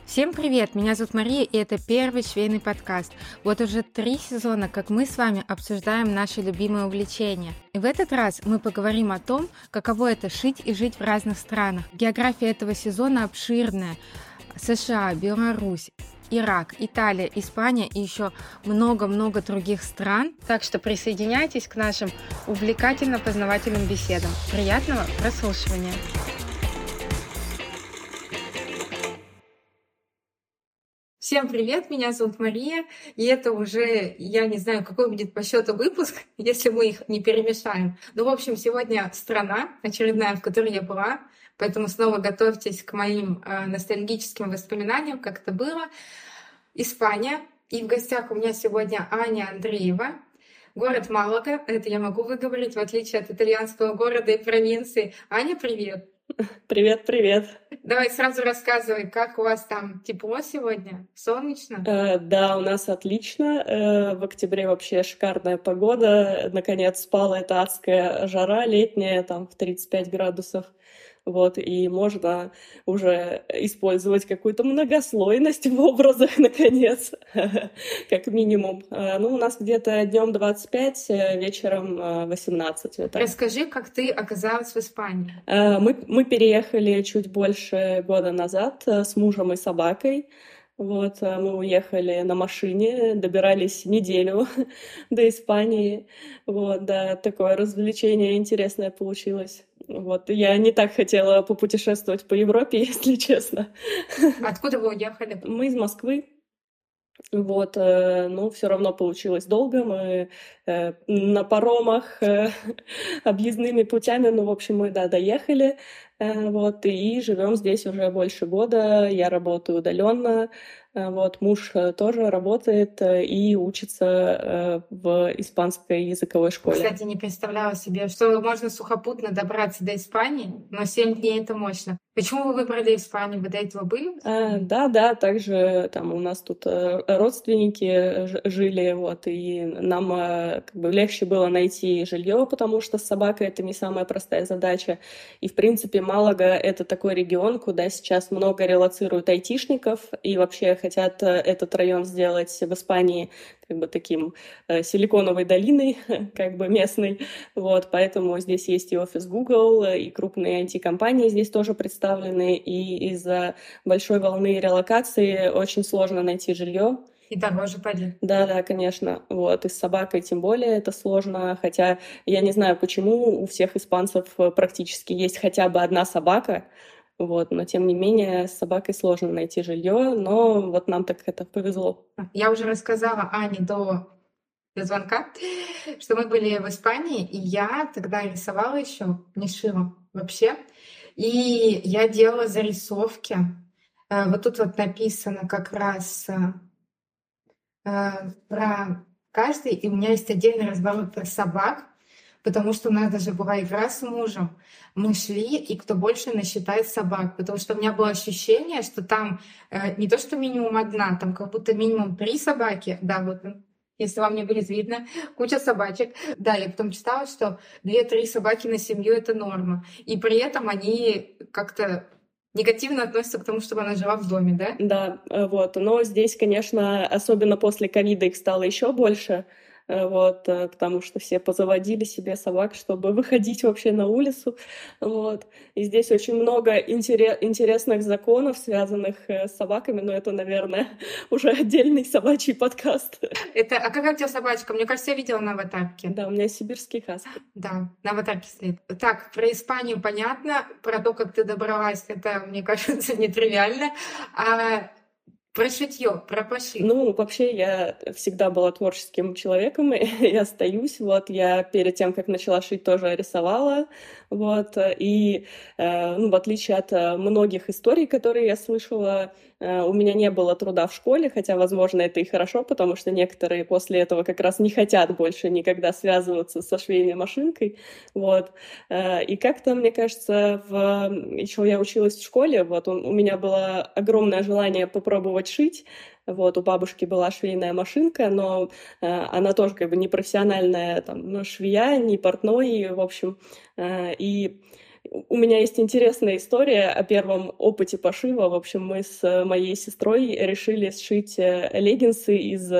Всем привет! Меня зовут Мария, и это первый швейный подкаст. Вот уже 3 сезона, как мы с вами обсуждаем наши любимые увлечения. И в этот раз мы поговорим о том, каково это шить и жить в разных странах. География этого сезона обширная. США, Беларусь, Ирак, Италия, Испания и еще много-много других стран. Так что присоединяйтесь к нашим увлекательно-познавательным беседам. Приятного прослушивания! Всем привет, меня зовут Мария, и это уже, я не знаю, какой будет по счету выпуск, если мы их не перемешаем. Но, в общем, сегодня страна очередная, в которой я была, поэтому снова готовьтесь к моим ностальгическим воспоминаниям, как это было. Испания, и в гостях у меня сегодня Аня Андреева, город Малага, это я могу выговорить, в отличие от итальянского города и провинции. Аня, привет! Привет, привет. Давай сразу рассказывай, как у вас там тепло сегодня? Солнечно? Да, у нас отлично. В октябре вообще шикарная погода. Наконец спала эта адская жара летняя, там в 35 градусов. Вот, и можно уже использовать какую-то многослойность в образах, наконец, как минимум. Ну, у нас где-то днем 25, вечером 18. Вот так. Расскажи, как ты оказалась в Испании. Мы переехали чуть больше года назад с мужем и собакой. Вот, мы уехали на машине, добирались неделю до Испании. Вот, да, такое развлечение интересное получилось. Вот, я не так хотела попутешествовать по Европе, если честно. Откуда вы уехали? Мы из Москвы. Вот, но все равно получилось долго. Мы на паромах, объездными путями, ну, в общем, мы, да, доехали. Вот, и живем здесь уже больше года. Я работаю удаленно. Вот, муж тоже работает и учится в испанской языковой школе. Кстати, не представляла себе, что можно сухопутно добраться до Испании, но 7 дней — это мощно. Почему вы выбрали Испанию? Вы до этого были? Да, также там у нас тут родственники жили, вот, и нам как бы легче было найти жилье, потому что с собакой это не самая простая задача. И, в принципе, Малага — это такой регион, куда сейчас много релоцируют айтишников, и вообще хотят этот район сделать в Испании как бы таким силиконовой долиной, как бы местной. Вот, поэтому здесь есть и офис Google, и крупные IT-компании здесь тоже представлены, и из-за большой волны релокации очень сложно найти жилье. И дороже пойдет. Да, конечно. Вот. И с собакой тем более это сложно. Хотя я не знаю, почему у всех испанцев практически есть хотя бы одна собака. Вот. Но тем не менее с собакой сложно найти жилье. Но вот нам так это повезло. Я уже рассказала Ане до звонка, что мы были в Испании, и я тогда рисовала еще, не шила вообще. И я делала зарисовки. Вот тут вот написано как раз про каждый, и у меня есть отдельный разворот про собак, потому что у нас даже была игра с мужем. Мы шли, и кто больше насчитает собак, потому что у меня было ощущение, что там не то что минимум одна, там как будто минимум 3 собаки, да, вот если вам не будет видно, куча собачек. Да, я потом читала, что 2-3 собаки на семью — это норма. И при этом они как-то негативно относятся к тому, чтобы она жила в доме, да? Да, вот. Но здесь, конечно, особенно после ковида их стало еще больше. Вот, потому что все позаводили себе собак, чтобы выходить вообще на улицу. Вот. И здесь очень много интересных законов, связанных с собаками, но это, наверное, уже отдельный собачий подкаст. А какая у тебя собачка? Мне кажется, я видела на аватарке. Да, у меня сибирский хаски. Да, на аватарке стоит. Так, про Испанию понятно, про то, как ты добралась, это, мне кажется, нетривиально. А про шитьё, про пошив. Ну, вообще, я всегда была творческим человеком, и остаюсь. Вот, я перед тем, как начала шить, тоже рисовала. Вот, и, ну, в отличие от многих историй, которые я слышала, у меня не было труда в школе, хотя, возможно, это и хорошо, потому что некоторые после этого как раз не хотят больше никогда связываться со швейной машинкой. Вот. И как-то, мне кажется, еще я училась в школе, вот, у меня было огромное желание попробовать шить. Вот, у бабушки была швейная машинка, но она тоже как бы не профессиональная там, ну, швея, не портной, в общем. И у меня есть интересная история о первом опыте пошива. В общем, мы с моей сестрой решили сшить леггинсы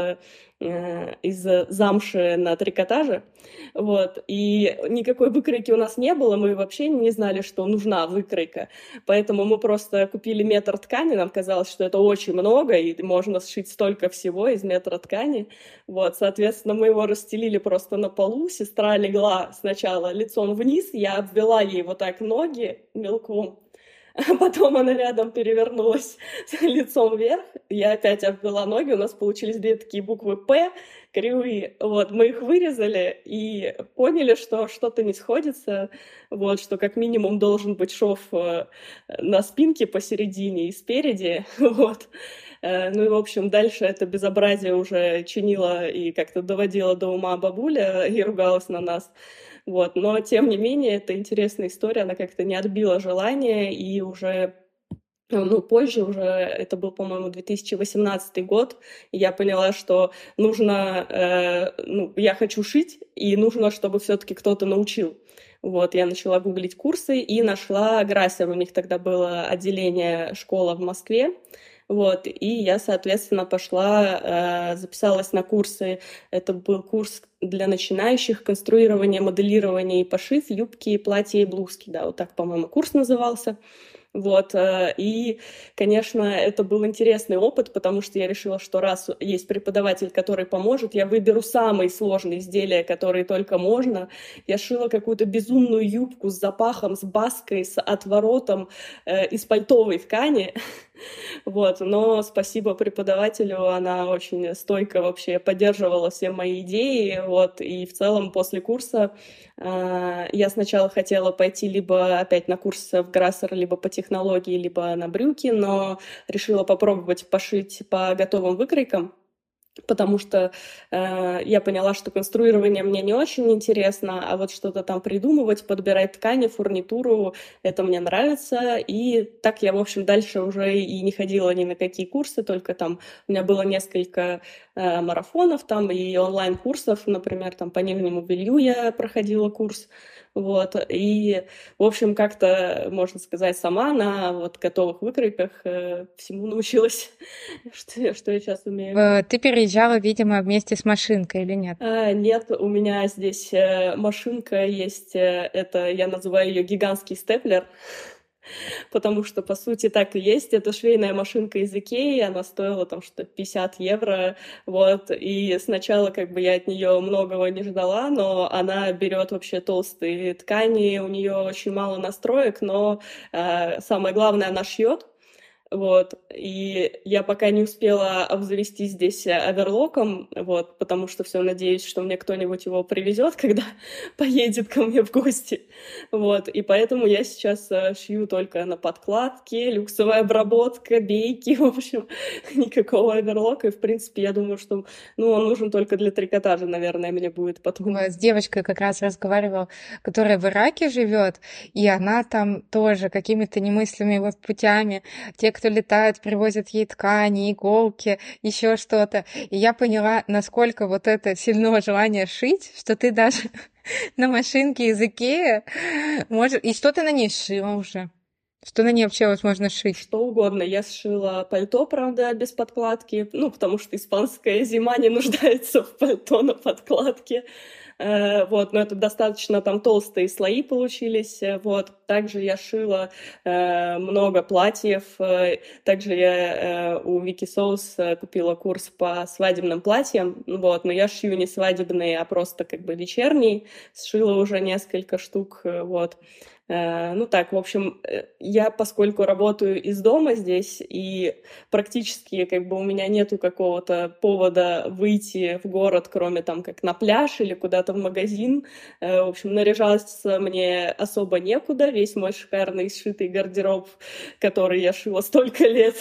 из замши на трикотаже. Вот. И никакой выкройки у нас не было, мы вообще не знали, что нужна выкройка. Поэтому мы просто купили метр ткани, нам казалось, что это очень много, и можно сшить столько всего из метра ткани. Вот, соответственно, мы его расстелили просто на полу, сестра легла сначала лицом вниз, я обвела ей вот так ноги мелком, а потом она рядом перевернулась лицом вверх, я опять обвела ноги, у нас получились две такие буквы «П», кривые, вот, мы их вырезали и поняли, что что-то не сходится, вот, что как минимум должен быть шов на спинке посередине и спереди, вот. Ну и, в общем, дальше это безобразие уже чинила и как-то доводила до ума бабуля и ругалась на нас. Вот. Но, тем не менее, это интересная история, она как-то не отбила желание, и уже ну, позже уже, это был, по-моему, 2018 год, и я поняла, что нужно, ну, я хочу шить, и нужно, чтобы все-таки кто-то научил. Вот, я начала гуглить курсы и нашла Грассер, у них тогда было отделение школа в Москве, вот, и я, соответственно, пошла, записалась на курсы. Это был курс для начинающих: конструирование, моделирование и пошив юбки, платья и блузки, да, вот так, по-моему, курс назывался. Вот, и, конечно, это был интересный опыт, потому что я решила, что раз есть преподаватель, который поможет, я выберу самые сложные изделия, которые только можно. Я шила какую-то безумную юбку с запахом, с баской, с отворотом из пальтовой ткани. Вот, но спасибо преподавателю, она очень стойко вообще поддерживала все мои идеи, вот, и в целом после курса я сначала хотела пойти либо опять на курс в Грассер, либо по технологии, либо на брюки, но решила попробовать пошить по готовым выкройкам, потому что я поняла, что конструирование мне не очень интересно, а вот что-то там придумывать, подбирать ткани, фурнитуру, это мне нравится. И так я, в общем, дальше уже и не ходила ни на какие курсы, только там у меня было несколько марафонов там и онлайн-курсов, например, там по нижнему белью я проходила курс. Вот, и, в общем, как-то, можно сказать, сама на вот готовых выкройках всему научилась, что я сейчас умею. Ты переезжала, видимо, вместе с машинкой или нет? Нет, у меня здесь машинка есть, это я называю ее гигантский степлер, потому что, по сути, так и есть. Это швейная машинка из Икеи, она стоила там что-то 50 евро, вот, и сначала как бы я от нее многого не ждала, но она берет вообще толстые ткани, у нее очень мало настроек, но самое главное, она шьет. Вот, и я пока не успела обзавестись здесь оверлоком, вот, потому что все надеюсь, что мне кто-нибудь его привезет, когда поедет ко мне в гости, вот, и поэтому я сейчас шью только на подкладке, люксовая обработка, бейки, в общем, никакого оверлока, и, в принципе, я думаю, что, ну, он нужен только для трикотажа, наверное, мне будет потом. С девочкой как раз разговаривала, которая в Ираке живет, и она там тоже какими-то немыслимыми вот путями, те, кто летает, привозят ей ткани, иголки, еще что-то. И я поняла, насколько вот это сильное желание шить, что ты даже на машинке из Икеи можешь... И что ты на ней сшила уже? Что на ней вообще возможно шить? Что угодно. Я сшила пальто, правда, без подкладки, ну, потому что испанская зима не нуждается в пальто на подкладке. Вот, но это достаточно там толстые слои получились. Вот, также я шила много платьев. Также я у Вики Соус купила курс по свадебным платьям. Вот, но я шью не свадебные, а просто как бы вечерние. Сшила уже несколько штук. Вот. Ну так, в общем, я, поскольку работаю из дома здесь, и практически как бы у меня нету какого-то повода выйти в город, кроме там как на пляж или куда-то в магазин, в общем, наряжаться мне особо некуда. Весь мой шикарный сшитый гардероб, который я шила столько лет,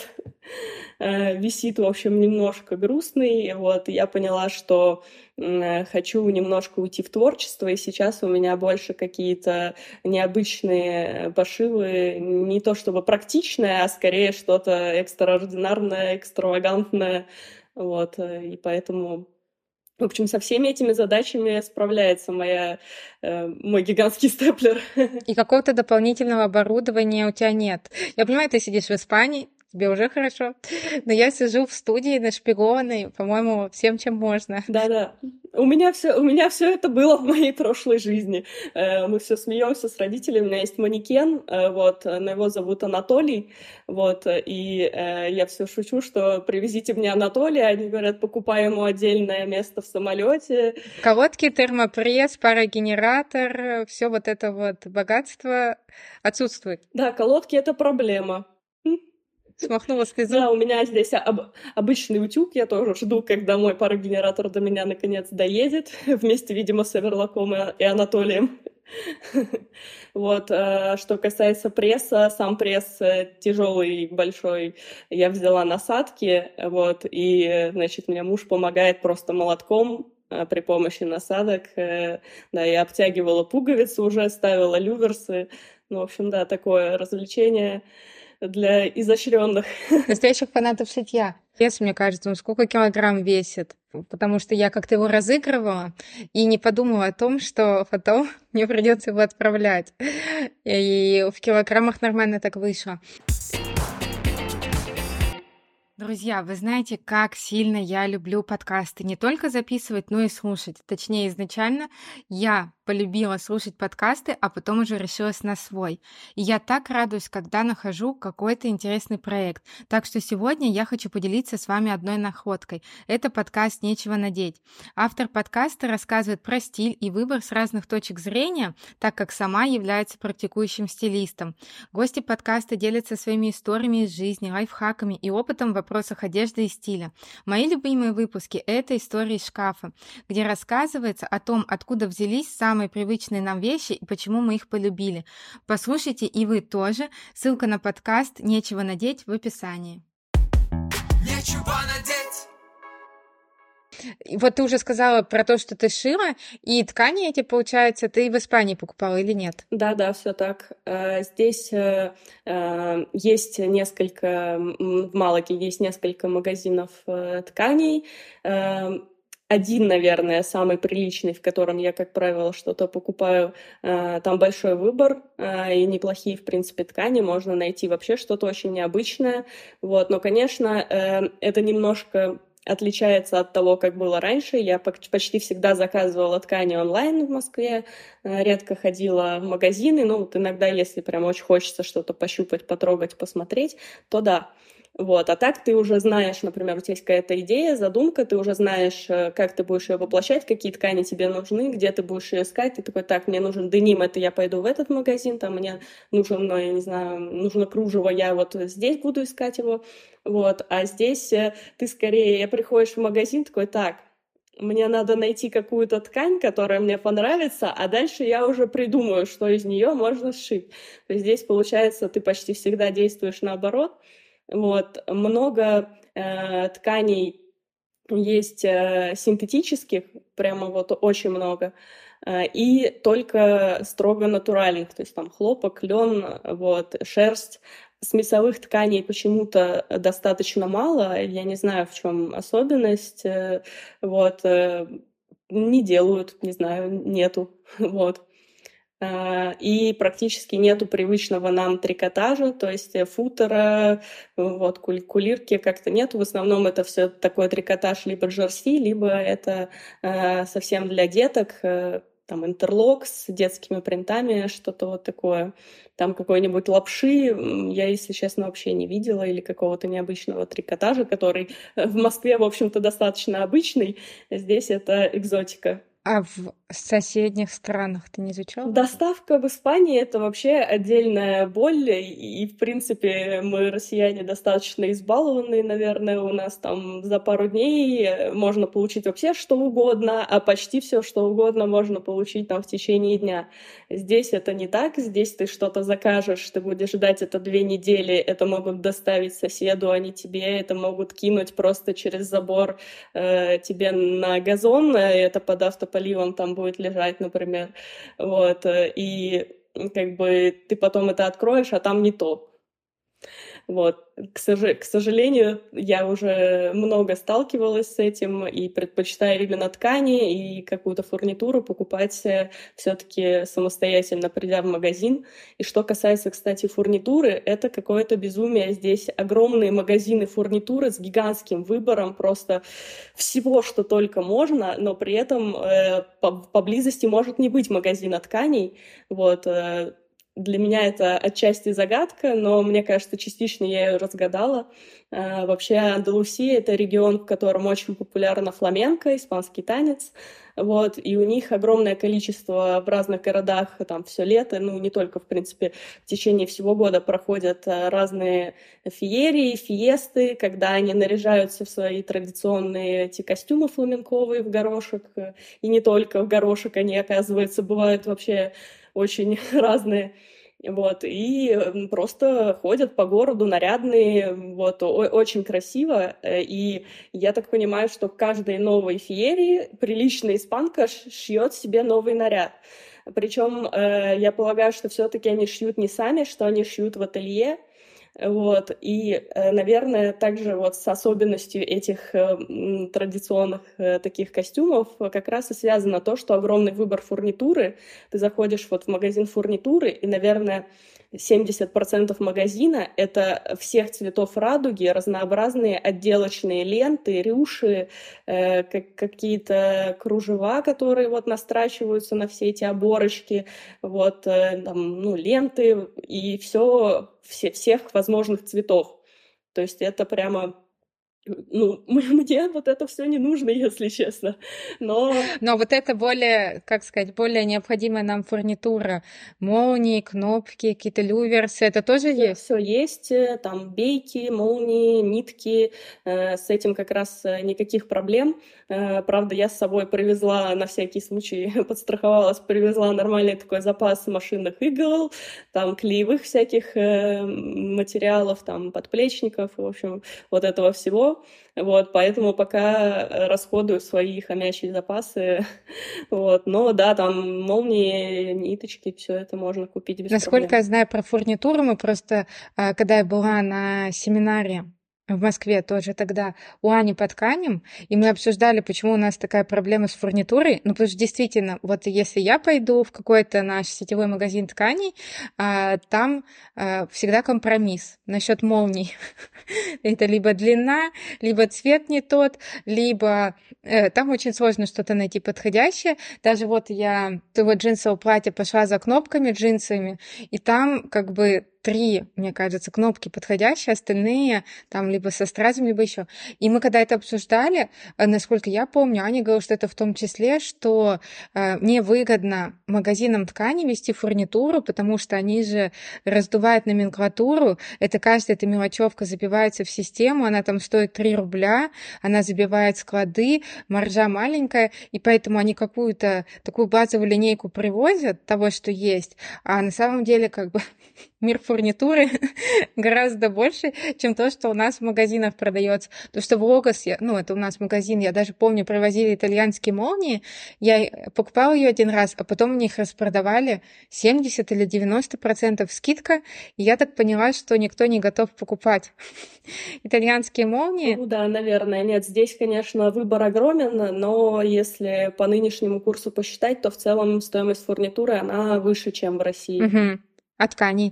висит, в общем, немножко грустный. Вот, я поняла, что хочу немножко уйти в творчество, и сейчас у меня больше какие-то необычные пошивы, не то чтобы практичное, а скорее что-то экстраординарное, экстравагантное, вот, и поэтому В общем, со всеми этими задачами справляется мой гигантский степлер. И какого-то дополнительного оборудования у тебя нет. Я понимаю, ты сидишь в Испании, тебе уже хорошо, но я сижу в студии нашпигованной, по-моему, всем, чем можно. Да-да. У меня все это было в моей прошлой жизни. Мы все смеемся с родителями. У меня есть манекен, вот, но его зовут Анатолий, вот, и я все шучу, что привезите мне Анатолия. Они говорят, покупай ему отдельное место в самолете. Колодки, термопресс, парогенератор, все вот это вот богатство отсутствует. Да, колодки — это проблема. Смахнула слезу. Да, у меня здесь обычный утюг, я тоже жду, когда мой парогенератор до меня наконец доедет, вместе, видимо, с Эверлоком и Анатолием. Вот, что касается пресса, сам пресс тяжелый, большой, я взяла насадки, вот, и, значит, мне муж помогает просто молотком при помощи насадок, да, я обтягивала пуговицы уже, ставила люверсы, ну, в общем, да, такое развлечение для изощренных. Настоящих фанатов шитья. Вес, мне кажется, он сколько килограмм весит? Потому что я как-то его разыгрывала и не подумала о том, что потом мне придется его отправлять. И в килограммах нормально так вышло. Друзья, вы знаете, как сильно я люблю подкасты. Не только записывать, но и слушать. Точнее, изначально я полюбила слушать подкасты, а потом уже решилась на свой. И я так радуюсь, когда нахожу какой-то интересный проект. Так что сегодня я хочу поделиться с вами одной находкой. Это подкаст «Нечего надеть». Автор подкаста рассказывает про стиль и выбор с разных точек зрения, так как сама является практикующим стилистом. Гости подкаста делятся своими историями из жизни, лайфхаками и опытом в вопросах одежды и стиля. Мои любимые выпуски — это «Истории из шкафа», где рассказывается о том, откуда взялись самые привычные нам вещи и почему мы их полюбили. Послушайте и вы тоже. Ссылка на подкаст «Нечего надеть» в описании. Нечего надеть! И вот ты уже сказала про то, что ты шила, и ткани эти, получается, ты в Испании покупала или нет? Да, все так. Здесь есть несколько, в Малаге есть несколько магазинов тканей. Один, наверное, самый приличный, в котором я, как правило, что-то покупаю. Там большой выбор и неплохие, в принципе, ткани. Можно найти вообще что-то очень необычное. Вот. Но, конечно, это немножко отличается от того, как было раньше. Я почти всегда заказывала ткани онлайн в Москве, редко ходила в магазины. Ну, вот иногда, если прям очень хочется что-то пощупать, потрогать, посмотреть, то да. Вот. А так ты уже знаешь, например, у тебя есть какая-то идея, задумка, ты уже знаешь, как ты будешь ее воплощать, какие ткани тебе нужны, где ты будешь ее искать. Ты такой, так, мне нужен деним, это я пойду в этот магазин, там мне нужен, я не знаю, нужно кружево, я вот здесь буду искать его. Вот. А здесь ты скорее приходишь в магазин, такой, так, мне надо найти какую-то ткань, которая мне понравится, а дальше я уже придумаю, что из нее можно сшить. То есть здесь, получается, ты почти всегда действуешь наоборот. Вот. Много тканей есть синтетических, прямо вот очень много, и только строго натуральных, то есть там хлопок, лен, вот, шерсть. Смесовых тканей почему-то достаточно мало, я не знаю, в чем особенность, вот, не делают, не знаю, нету, вот. И практически нету привычного нам трикотажа, то есть футера, вот, кулирки как-то нету. В основном это все такой трикотаж либо джерси, либо это совсем для деток, там интерлок с детскими принтами, что-то вот такое. Там какой-нибудь лапши я, если честно, вообще не видела, или какого-то необычного трикотажа, который в Москве, в общем-то, достаточно обычный. Здесь это экзотика. А в соседних странах ты не изучала? Доставка в Испании — это вообще отдельная боль, и, в принципе, мы, россияне, достаточно избалованные, наверное, у нас там за пару дней можно получить вообще что угодно, а почти все что угодно можно получить там в течение дня. Здесь это не так, здесь ты что-то закажешь, ты будешь ждать это 2 недели, это могут доставить соседу, а не тебе, это могут кинуть просто через забор тебе на газон, и это под автополивом там будет лежать, например, вот, и как бы ты потом это откроешь, а там не то. Вот. К сожалению, я уже много сталкивалась с этим и предпочитаю именно ткани и какую-то фурнитуру покупать все-таки самостоятельно, придя в магазин. И что касается, кстати, фурнитуры, это какое-то безумие. Здесь огромные магазины фурнитуры с гигантским выбором просто всего, что только можно, но при этом поблизости может не быть магазина тканей. Вот. Для меня это отчасти загадка, но мне кажется, частично я ее разгадала. Вообще Андалусия — это регион, в котором очень популярна фламенко, испанский танец. Вот, и у них огромное количество в разных городах, там все лето, ну не только, в принципе, в течение всего года проходят разные феерии, фиесты, когда они наряжаются в свои традиционные эти костюмы фламенковые в горошек, и не только в горошек они, оказывается, бывают вообще очень разные. Вот, и просто ходят по городу нарядные, вот, очень красиво, и я так понимаю, что к каждой новой феерии приличная испанка шьет себе новый наряд. Причем я полагаю, что все-таки они шьют не сами, что они шьют в ателье. Вот. И, наверное, также вот с особенностью этих традиционных таких костюмов как раз и связано то, что огромный выбор фурнитуры. Ты заходишь вот в магазин фурнитуры, и, наверное, 70% магазина — это всех цветов радуги, разнообразные отделочные ленты, рюши, какие-то кружева, которые вот настрачиваются на все эти оборочки, вот, там, ну, ленты и всех возможных цветов. То есть это прямо... Ну, мне вот это все не нужно, если честно. Но вот это более, как сказать, более необходимая нам фурнитура. Молнии, кнопки, какие-то люверсы, это тоже есть? Все есть, там бейки, молнии, нитки, с этим как раз никаких проблем. Правда, я с собой привезла, на всякий случай подстраховалась, привезла нормальный такой запас машинных игл, там клеевых всяких материалов, там подплечников, в общем, вот этого всего. Вот, поэтому пока расходую свои хомячьи запасы. Вот, но да, там молнии, ниточки, все это можно купить без Насколько проблем. я знаю про фурнитуру, мы просто, когда я была на семинаре в Москве тоже тогда у Ани по тканям, и мы обсуждали, почему у нас такая проблема с фурнитурой. Ну, потому что действительно, вот если я пойду в какой-то наш сетевой магазин тканей, там всегда компромисс насчет молний. Это либо длина, либо цвет не тот, либо там очень сложно что-то найти подходящее. Даже вот я того джинсового платья пошла за кнопками джинсами, и там как бы 3, мне кажется, кнопки подходящие, остальные там либо со стразом, либо еще. И мы когда это обсуждали, насколько я помню, Аня говорила, что это в том числе, что невыгодно магазинам ткани вести фурнитуру, потому что они же раздувают номенклатуру, это каждая эта мелочевка забивается в систему, она там стоит 3 рубля, она забивает склады, маржа маленькая, и поэтому они какую-то такую базовую линейку привозят того, что есть, а на самом деле как бы мир фурнитуры гораздо больше, чем то, что у нас в магазинах продается. То, что в Логос, ну, это у нас магазин, я даже помню, привозили итальянские молнии, я покупала ее один раз, а потом у них распродавали 70 или 90% скидка, и я так поняла, что никто не готов покупать итальянские молнии. Ну да, наверное. Нет, здесь, конечно, выбор огромен, но если по нынешнему курсу посчитать, то в целом стоимость фурнитуры, она выше, чем в России. Угу. А тканей?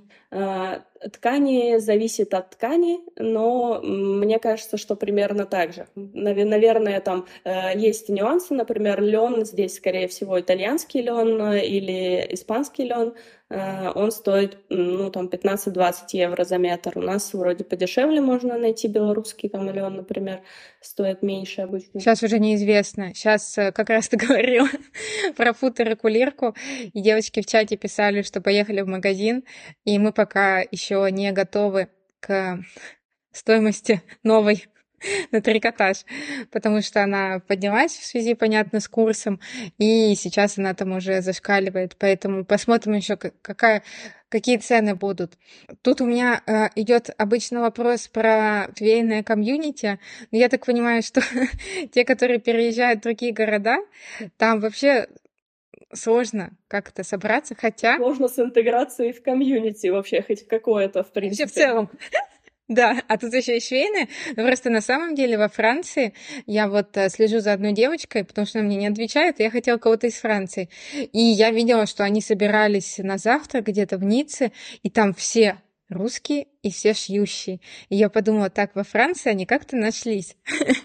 Ткани зависит от ткани, но мне кажется, что примерно так же. Наверное, там есть нюансы, например, лен здесь, скорее всего, итальянский лен или испанский лен, он стоит, ну, там, 15-20 евро за метр. У нас вроде подешевле можно найти белорусский там лен, например, стоит меньше обычно. Сейчас уже неизвестно. Сейчас как раз ты говорила про футорекулирку, и девочки в чате писали, что поехали в магазин, и мы пока еще не готовы к стоимости новой на трикотаж, потому что она поднялась в связи, понятно, с курсом, и сейчас она там уже зашкаливает, поэтому посмотрим еще, какие цены будут. Тут у меня идет обычно вопрос про швейное комьюнити, но я так понимаю, что те, которые переезжают в другие города, там вообще сложно как-то собраться, хотя... Сложно с интеграцией в комьюнити вообще, хоть какое-то, в принципе. Вообще в целом. Да, а тут еще и швейная. Но просто на самом деле во Франции я вот слежу за одной девочкой, потому что она мне не отвечает, и я хотела кого-то из Франции. И я видела, что они собирались на завтрак где-то в Ницце, и там все русские и все шьющие. И я подумала, так, во Франции они как-то нашлись.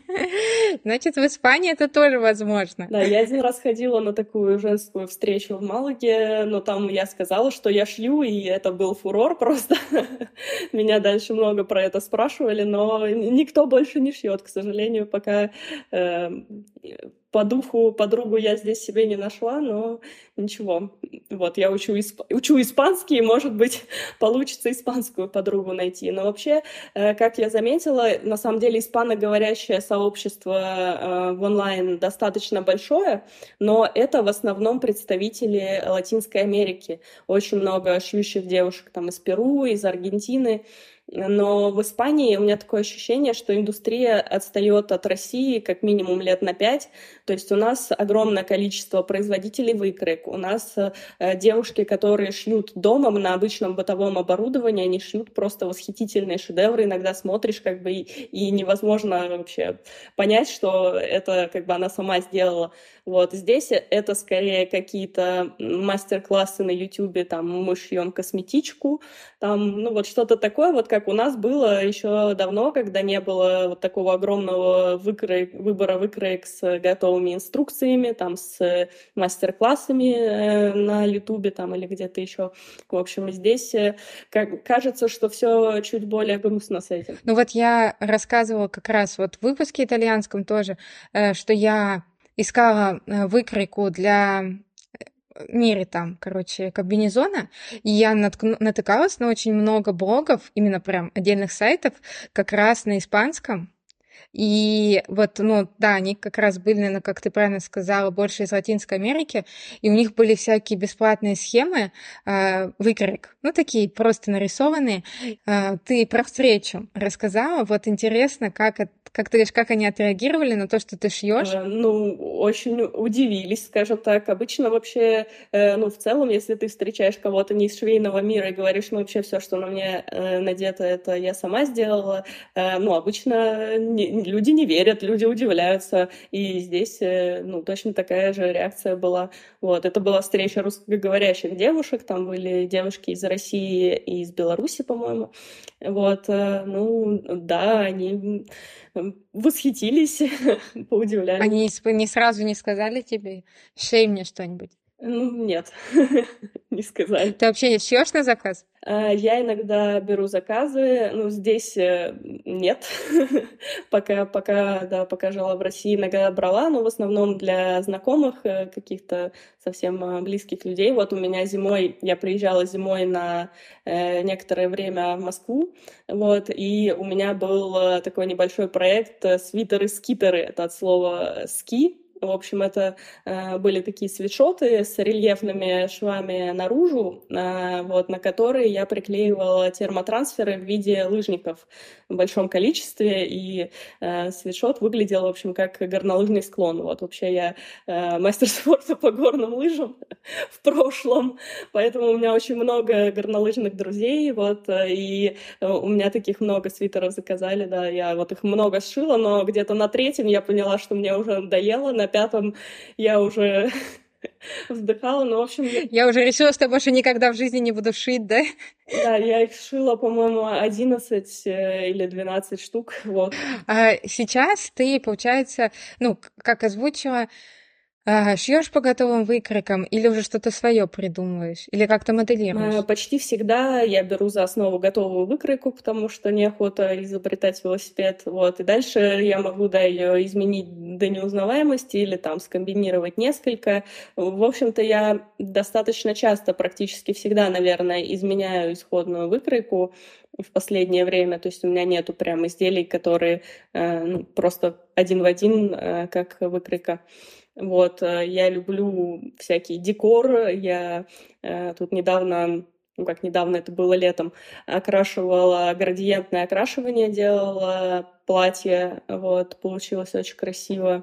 Значит, в Испании это тоже возможно. Да, я один раз ходила на такую женскую встречу в Малаге, но там я сказала, что я шью, и это был фурор просто. Меня дальше много про это спрашивали, но никто больше не шьет, к сожалению, пока э, по духу подругу я здесь себе не нашла, но ничего. Вот, я учу испанский, и, может быть, получится испанскую подругу найти. Но вообще, как я заметила, на самом деле испаноговорящее сообщество в онлайн достаточно большое, но это в основном представители Латинской Америки. Очень много шьющих девушек там из Перу, из Аргентины. Но в Испании у меня такое ощущение, что индустрия отстает от России как минимум лет на 5. То есть у нас огромное количество производителей выкроек. У нас девушки, которые шьют дома на обычном бытовом оборудовании, они шьют просто восхитительные шедевры. Иногда смотришь, как бы, и невозможно вообще понять, что это как бы она сама сделала. Вот здесь это скорее какие-то мастер-классы на Ютубе, там мы шьем косметичку, там, ну вот что-то такое, вот как у нас было еще давно, когда не было вот такого огромного выбора выкроек с готовыми инструкциями, там с мастер-классами на Ютубе там или где-то еще. В общем, здесь кажется, что все чуть более грустно с этим. Ну вот я рассказывала как раз вот в выпуске итальянском тоже, что я искала выкройку для мере там, короче, комбинезона, и я натыкалась на очень много блогов, именно прям отдельных сайтов, как раз на испанском. И вот, ну, да, они как раз были, наверное, как ты правильно сказала, больше из Латинской Америки, и у них были всякие бесплатные схемы выкроек, ну, такие просто нарисованные. Ты про встречу рассказала, вот интересно, как ты говоришь, как они отреагировали на то, что ты шьешь? Ну, очень удивились, скажем так. Обычно вообще, ну, в целом, если ты встречаешь кого-то не из швейного мира и говоришь, ну, вообще все, что на мне надето, это я сама сделала, ну, обычно люди не верят, люди удивляются. И здесь, ну, точно такая же реакция была. Вот, это была встреча русскоговорящих девушек, там были девушки из России и из Беларуси, по-моему. Вот, ну, да, они восхитились, поудивлялись. Они не сразу не сказали тебе, шей мне что-нибудь? Ну, нет, не сказали. Ты вообще шьешь на заказ? Я иногда беру заказы, ну, здесь нет, пока жила в России, иногда брала, но в основном для знакомых, каких-то совсем близких людей. Вот у меня я приезжала зимой на некоторое время в Москву, вот, и у меня был такой небольшой проект «Свитеры-скитеры», это от слова «ски». В общем, это были такие свитшоты с рельефными швами наружу, вот, на которые я приклеивала термотрансферы в виде лыжников в большом количестве, и свитшот выглядел, в общем, как горнолыжный склон. Вот, вообще я мастер спорта по горным лыжам в прошлом, поэтому у меня очень много горнолыжных друзей, вот, и у меня таких много свитеров заказали, да, я вот их много сшила, но где-то на третьем я поняла, что мне уже надоело, на пятом я уже вздыхала, но, в общем... Я уже решила, что больше никогда в жизни не буду шить, да? Да, я их шила, по-моему, 11 или 12 штук, вот. А сейчас ты, получается, ну, как озвучила, шьешь по готовым выкройкам или уже что-то свое придумываешь? Или как-то моделируешь? Почти всегда я беру за основу готовую выкройку, потому что неохота изобретать велосипед. Вот. И дальше я могу, да, ее изменить до неузнаваемости или там скомбинировать несколько. В общем-то, я достаточно часто, практически всегда, наверное, изменяю исходную выкройку в последнее время. То есть у меня нету прям изделий, которые ну, просто один в один, как выкройка. Вот, я люблю всякий декор. Я тут недавно, ну как недавно, это было летом, окрашивала, градиентное окрашивание делала, платье, вот, получилось очень красиво.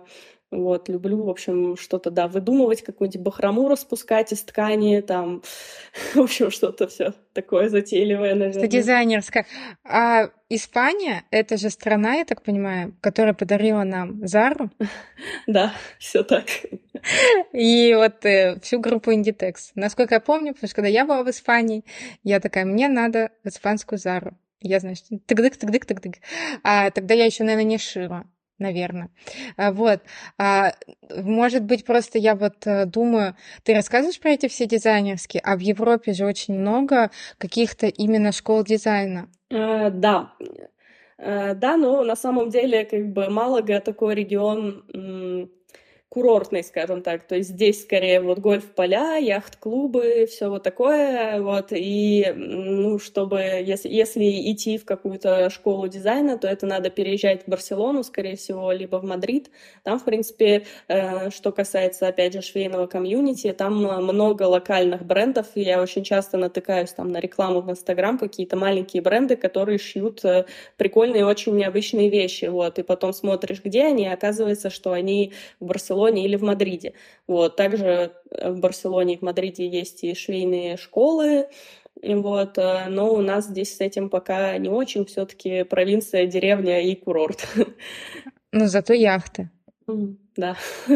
Вот, люблю, в общем, что-то, да, выдумывать, какую-нибудь бахрому распускать из ткани, там, в общем, что-то все такое затейливое, Что наверное. дизайнерская. А Испания — это же страна, я так понимаю, которая подарила нам Зару Да, все так. и вот всю группу Inditex. Насколько я помню, потому что когда я была в Испании, я такая, мне надо испанскую Зару. Я, значит, тык-дык. А тогда я еще, наверное, не шила, наверное. Вот. А, может быть, просто я вот думаю, ты рассказываешь про эти все дизайнерские, а в Европе же очень много каких-то именно школ дизайна. Да. Да, но на самом деле, как бы, Малага такой регион курортный, скажем так. То есть здесь скорее вот гольф-поля, яхт-клубы, все вот такое. Вот. И, ну, чтобы, если идти в какую-то школу дизайна, то это надо переезжать в Барселону, скорее всего, либо в Мадрид. Там, в принципе, что касается, опять же, швейного комьюнити, там много локальных брендов, и я очень часто натыкаюсь там на рекламу в Инстаграм, какие-то маленькие бренды, которые шьют прикольные, очень необычные вещи, вот, и потом смотришь, где они, и оказывается, что они в Барселоне или в Мадриде. Вот, также в Барселоне и в Мадриде есть и швейные школы, вот, но у нас здесь с этим пока не очень, все-таки провинция, деревня и курорт. Ну, зато яхты. Да.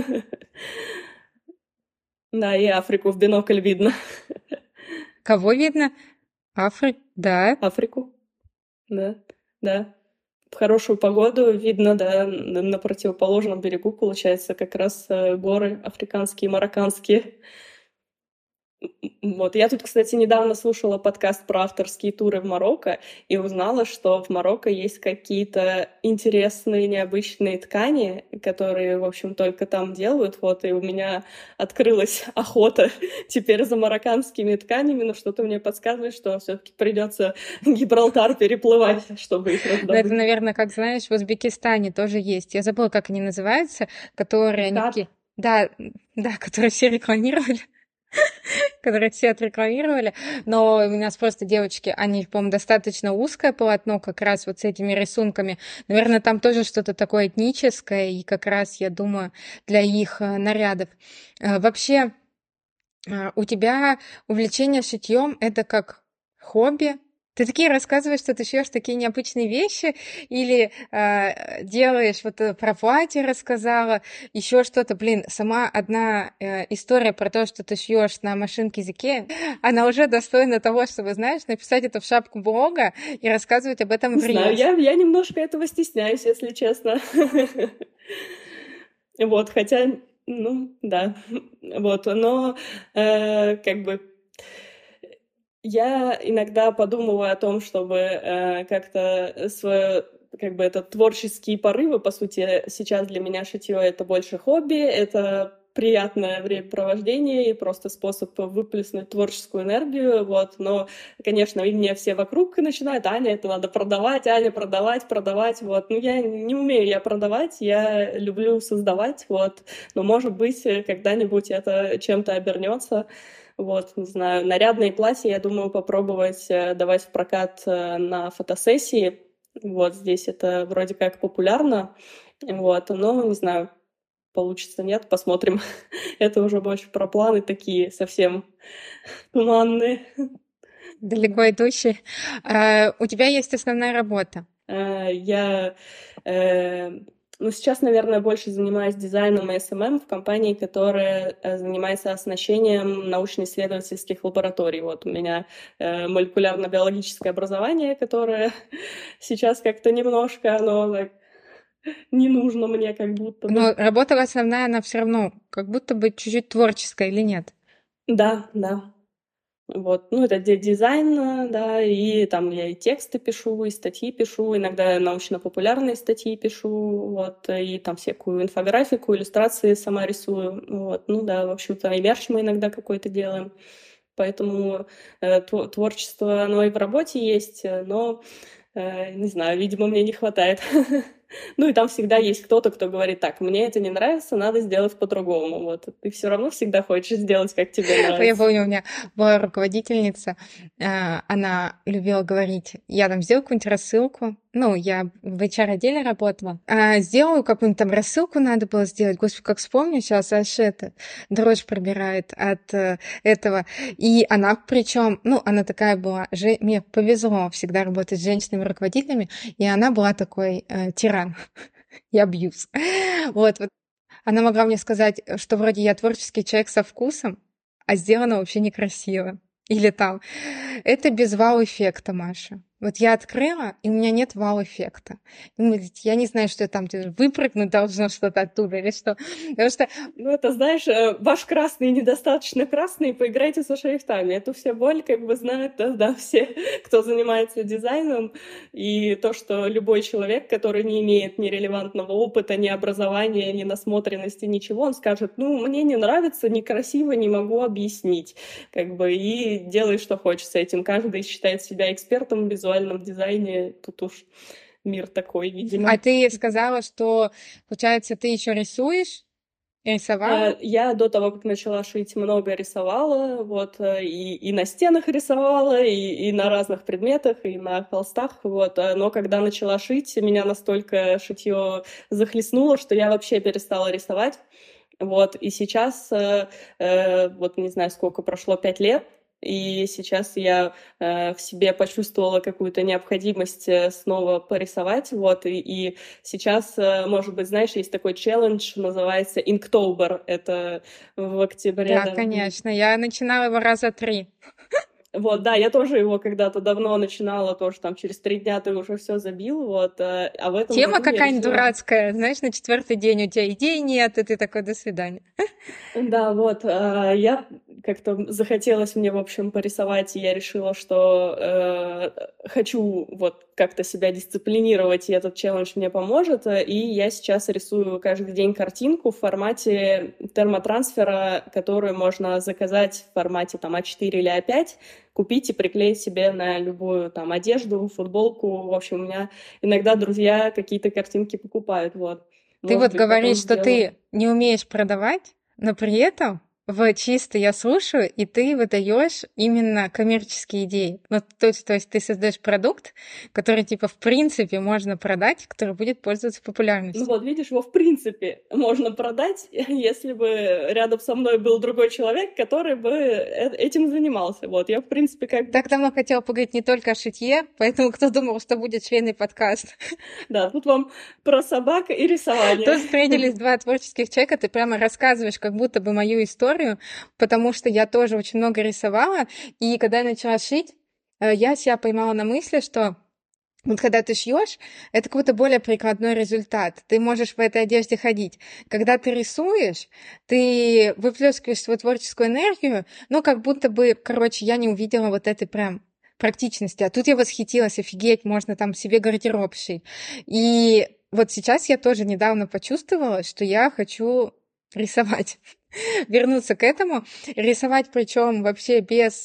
Да, и Африку в бинокль видно. Кого видно? Да. Африку, да, да. В хорошую погоду видно, да, на противоположном берегу, получается, как раз горы африканские, марокканские. Вот. Я тут, кстати, недавно слушала подкаст про авторские туры в Марокко и узнала, что в Марокко есть какие-то интересные, необычные ткани, которые, в общем, только там делают. Вот, и у меня открылась охота теперь за марокканскими тканями, но что-то мне подсказывает, что все-таки придется Гибралтар переплывать, чтобы их Ну, это, раздобыть. наверное, как, знаешь, в Узбекистане тоже есть. Я забыла, как они называются, которые они Кат. такие... Да, да, которые все рекламировали. Которые все отрекламировали, но у нас просто девочки, они, по-моему, достаточно узкое полотно, как раз вот с этими рисунками. Наверное, там тоже что-то такое этническое, и как раз, я думаю, для их нарядов. Вообще, у тебя увлечение шитьем — это как хобби? Ты такие рассказываешь, что ты шьешь такие необычные вещи, или делаешь, вот про платье рассказала, еще что-то. Блин, сама одна история про то, что ты шьешь на машинке языке, она уже достойна того, чтобы, знаешь, написать это в шапку блога и рассказывать об этом Не в знаю, Reels. я немножко этого стесняюсь, если честно. Вот, хотя, ну, да, вот, но как бы я иногда подумываю о том, чтобы как-то свое, как бы, это творческие порывы, по сути, сейчас для меня шитье — это больше хобби, это приятное времяпровождение и просто способ выплеснуть творческую энергию, вот, но, конечно, и мне все вокруг начинают: Аня, это надо продавать, Аня, продавать, вот, ну, я не умею я продавать, я люблю создавать, вот, но, может быть, когда-нибудь это чем-то обернется. Вот, не знаю, нарядные платья, я думаю, попробовать давать в прокат на фотосессии. Вот, здесь это вроде как популярно. Вот, но, не знаю, получится, нет, посмотрим. Это уже больше про планы такие совсем туманные. Далеко идущие. У тебя есть основная работа. Я, ну, сейчас, наверное, больше занимаюсь дизайном и SMM в компании, которая занимается оснащением научно-исследовательских лабораторий. Вот у меня молекулярно-биологическое образование, которое сейчас как-то немножко, оно так не нужно мне как будто бы. Но работа основная, она все равно как будто бы чуть-чуть творческая или нет? Да, да. Вот, ну, это дизайн, да, и там я и тексты пишу, и статьи пишу, иногда научно-популярные статьи пишу, вот, и там всякую инфографику, иллюстрации сама рисую, вот, ну да, в общем-то, и мерч мы иногда какой-то делаем, поэтому творчество, оно и в работе есть, но, не знаю, видимо, мне не хватает Ну и там всегда есть кто-то, кто говорит: так, мне это не нравится, надо сделать по-другому. Вот. Ты все равно всегда хочешь сделать, как тебе Я нравится. помню, у меня была руководительница, она любила говорить, я там сделаю какую-нибудь рассылку, ну, я в HR-отделе работала, сделаю какую-нибудь там рассылку, надо было сделать, господи, как вспомню сейчас, аж это, дрожь пробирает от этого. И она, причем, ну, она такая была, мне повезло всегда работать с женщинами-руководителями, и она была такой тиран и абьюз. Вот, она могла мне сказать, что вроде я творческий человек со вкусом, а сделано вообще некрасиво. Или там, это без вау-эффекта, Маша. Вот я открыла, и у меня нет вау-эффекта. Я не знаю, что там выпрыгнуть должно что-то оттуда или что. Потому что... Ну, это, знаешь, ваш красный недостаточно красный, поиграйте со шрифтами. Эту все боль как бы знают, да, все, кто занимается дизайном. И то, что любой человек, который не имеет ни релевантного опыта, ни образования, ни насмотренности, ничего, он скажет: ну, мне не нравится, некрасиво, не могу объяснить. Как бы и делай, что хочешь с этим. Каждый считает себя экспертом в визуальном дизайне. Тут уж мир такой, видимо. А ты сказала, что, получается, ты еще рисуешь? Рисовала? Я до того, как начала шить, много рисовала, вот, и на стенах рисовала, и на разных предметах, и на холстах, вот, но когда начала шить, меня настолько шитье захлестнуло, что я вообще перестала рисовать, вот, и сейчас, вот, не знаю, сколько прошло, 5 лет, и сейчас я в себе почувствовала какую-то необходимость снова порисовать, вот, и сейчас, может быть, знаешь, есть такой челлендж, называется Inktober, это в октябре, Да, да. конечно. Я начинала его раза 3. Вот, да, я тоже его когда-то давно начинала, тоже там через 3 дня ты уже все забил, вот, а в этом Тема году я какая-нибудь решила... дурацкая, знаешь, на 4-й день у тебя идей нет, и ты такой: до свидания. Да, вот, я как-то захотелось мне, в общем, порисовать, и я решила, что хочу вот как-то себя дисциплинировать, и этот челлендж мне поможет, и я сейчас рисую каждый день картинку в формате термотрансфера, которую можно заказать в формате там А4 или А5, купить и приклеить себе на любую там одежду, футболку, в общем, у меня иногда друзья какие-то картинки покупают, вот. Ты Может вот быть, потом говоришь, что сделаю. ты не умеешь продавать, но при этом в чисто я слушаю, и ты выдаешь именно коммерческие идеи. Ну, то есть ты создаешь продукт, который, типа, в принципе можно продать, который будет пользоваться Ну популярностью. вот, видишь, его в принципе можно продать, если бы рядом со мной был другой человек, который бы этим занимался. Вот, я, в принципе, как бы... Так давно хотела поговорить не только о шитье, поэтому кто думал, что будет швейный подкаст. Да, тут вам про собак и рисование. Тут встретились два творческих человека, ты прямо рассказываешь как будто бы мою историю, потому что я тоже очень много рисовала, и когда я начала шить, я себя поймала на мысли, что вот когда ты шьешь, это какой-то более прикладной результат. Ты можешь в этой одежде ходить. Когда ты рисуешь, ты выплескиваешь свою творческую энергию, но как будто бы, короче, я не увидела вот этой прям практичности. А тут я восхитилась, офигеть, можно там себе гардероб шить. И вот сейчас я тоже недавно почувствовала, что я хочу рисовать. Вернуться к этому. Рисовать причем вообще без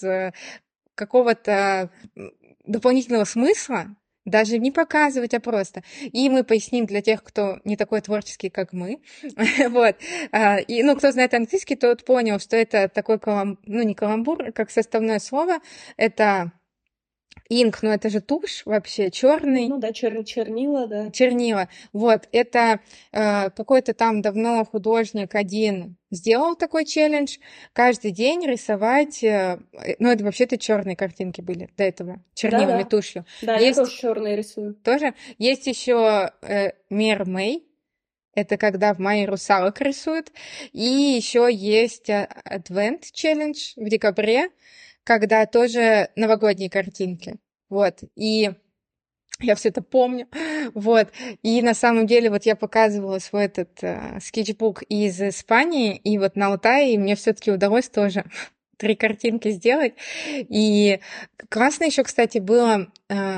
какого-то дополнительного смысла, даже не показывать, а просто. И мы поясним для тех, кто не такой творческий, как мы. Вот. И, ну, кто знает английский, тот понял, что это такой ну, не каламбур, как составное слово. Это инк, но это же тушь вообще, черный. Ну да, чернила, да. Чернила. Вот, это какой-то там давно художник один сделал такой челлендж. Каждый день рисовать, ну это вообще-то черные картинки были до этого, чернилами, Да-да. тушью. Да, я Есть тоже черные рисую. тоже. Есть еще Мэр это когда в мае русалок рисуют. И еще есть Advent Challenge в декабре, когда тоже новогодние картинки. Вот. И я все это помню. Вот. И на самом деле вот я показывала свой этот скетчбук из Испании, и вот на Алтае, и мне все-таки удалось тоже 3 картинки сделать. И классно еще, кстати, было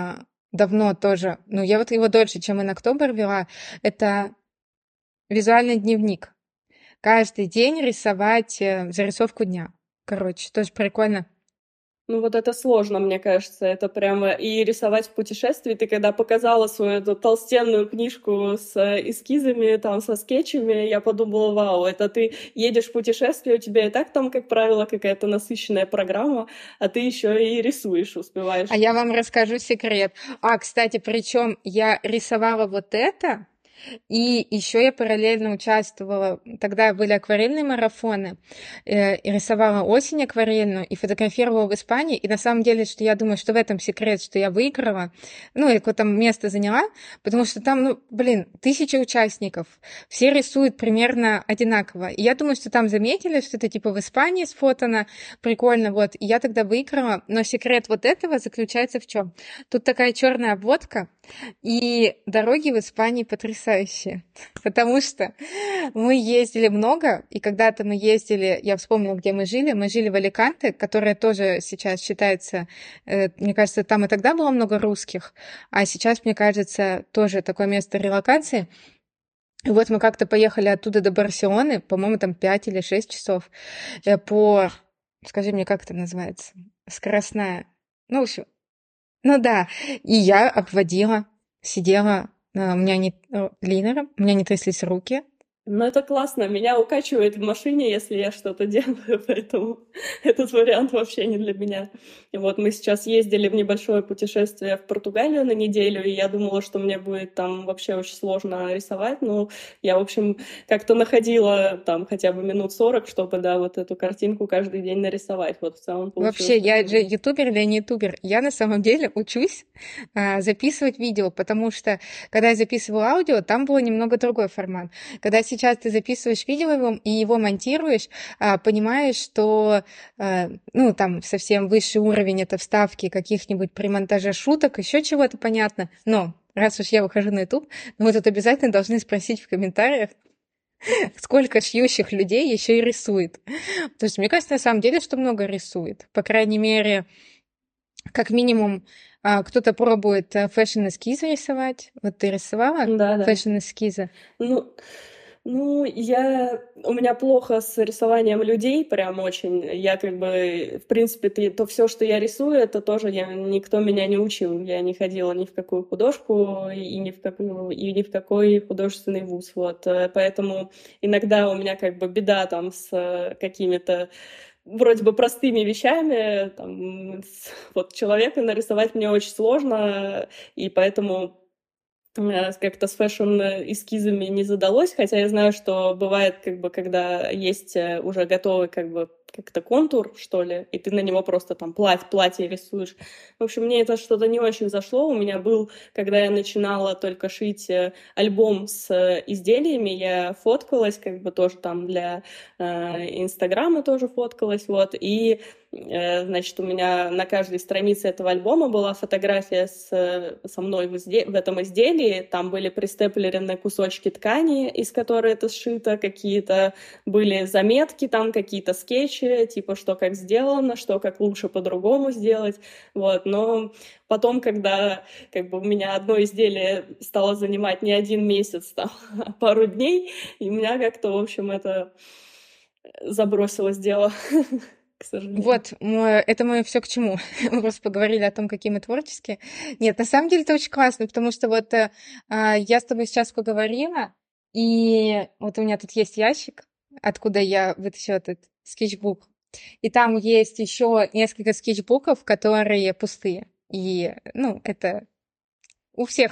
давно тоже, ну я вот его дольше, чем Иноктобер вела, это визуальный дневник. Каждый день рисовать зарисовку дня. Короче, тоже прикольно. Ну вот это сложно, мне кажется, это прямо и рисовать в путешествии. Ты когда показала свою эту толстенную книжку с эскизами, там, со скетчами, я подумала, вау, это ты едешь в путешествие, у тебя и так там, как правило, какая-то насыщенная программа, а ты еще и рисуешь, успеваешь. А я вам расскажу секрет. Кстати, причем я рисовала вот это, и еще я параллельно участвовала, тогда были акварельные марафоны, и рисовала осень акварельную, и фотографировала в Испании, и на самом деле, что я думаю, что в этом секрет, что я выиграла, ну, и какое-то место заняла, потому что там, ну, блин, 1000 участников, все рисуют примерно одинаково, и я думаю, что там заметили, что это типа в Испании сфотано, прикольно, вот, и я тогда выиграла, но секрет вот этого заключается в чем? Тут такая черная обводка, и дороги в Испании потрясающие, потому что мы ездили много, и когда-то мы ездили, я вспомнила, где мы жили в Аликанте, которое тоже сейчас считается, мне кажется, там и тогда было много русских, а сейчас, мне кажется, тоже такое место релокации. И вот мы как-то поехали оттуда до Барселоны, по-моему, там 5 или 6 часов по, скажи мне, как это называется, скоростная, ну, в общем, ну да, и я обводила, сидела, у меня не линером, у меня не тряслись руки. Ну, это классно. Меня укачивает в машине, если я что-то делаю, поэтому этот вариант вообще не для меня. И вот мы сейчас ездили в небольшое путешествие в Португалию на неделю, и я думала, что мне будет там вообще очень сложно рисовать, но я, в общем, как-то находила там хотя бы минут 40, чтобы, да, вот эту картинку каждый день нарисовать. Вот в целом получилось. Вообще, я же ютубер или не ютубер? Я на самом деле учусь записывать видео, потому что, когда я записывала аудио, там был немного другой формат. Когда сейчас ты записываешь видео и его монтируешь, понимаешь, что, ну, там совсем высший уровень — это вставки каких-нибудь при монтаже шуток, еще чего-то, понятно. Но раз уж я выхожу на YouTube, ну, вы тут обязательно должны спросить в комментариях, сколько шьющих людей еще и рисует. То есть мне кажется, на самом деле, что много рисует. По крайней мере, как минимум, кто-то пробует фэшн-эскизы рисовать. Вот ты рисовала Да. фэшн-эскизы? Ну, у меня плохо с рисованием людей, прям очень. Я как бы, в принципе, то все, что я рисую, это тоже никто меня не учил. Я не ходила ни в какую художку и ни в какой художественный вуз. Вот. Поэтому иногда у меня как бы беда там с какими-то вроде бы простыми вещами. Там, вот человека нарисовать мне очень сложно, и поэтому как-то с фэшн-эскизами не задалось, хотя я знаю, что бывает, как бы, когда есть уже готовый, как бы, как-то контур, что ли, и ты на него просто там платье рисуешь. В общем, мне это что-то не очень зашло. У меня был, когда я начинала только шить альбом с изделиями, я фоткалась, как бы тоже там для Инстаграма тоже фоткалась, вот, и значит, у меня на каждой странице этого альбома была фотография со мной в этом изделии. Там были пристеплерены кусочки ткани, из которой это сшито, какие-то были заметки, там какие-то скетчи, типа что как сделано, что как лучше по-другому сделать. Вот. Но потом, когда как бы у меня одно изделие стало занимать не 1 месяц, там, а пару дней, и у меня как-то, в общем, это забросилось дело. К сожалению. Вот, это мы все к чему? Мы просто поговорили о том, какие мы творческие. Нет, на самом деле это очень классно, потому что вот я с тобой сейчас поговорила, и вот у меня тут есть ящик, откуда я вытащила этот скетчбук. И там есть еще несколько скетчбуков, которые пустые. И, ну, это у всех.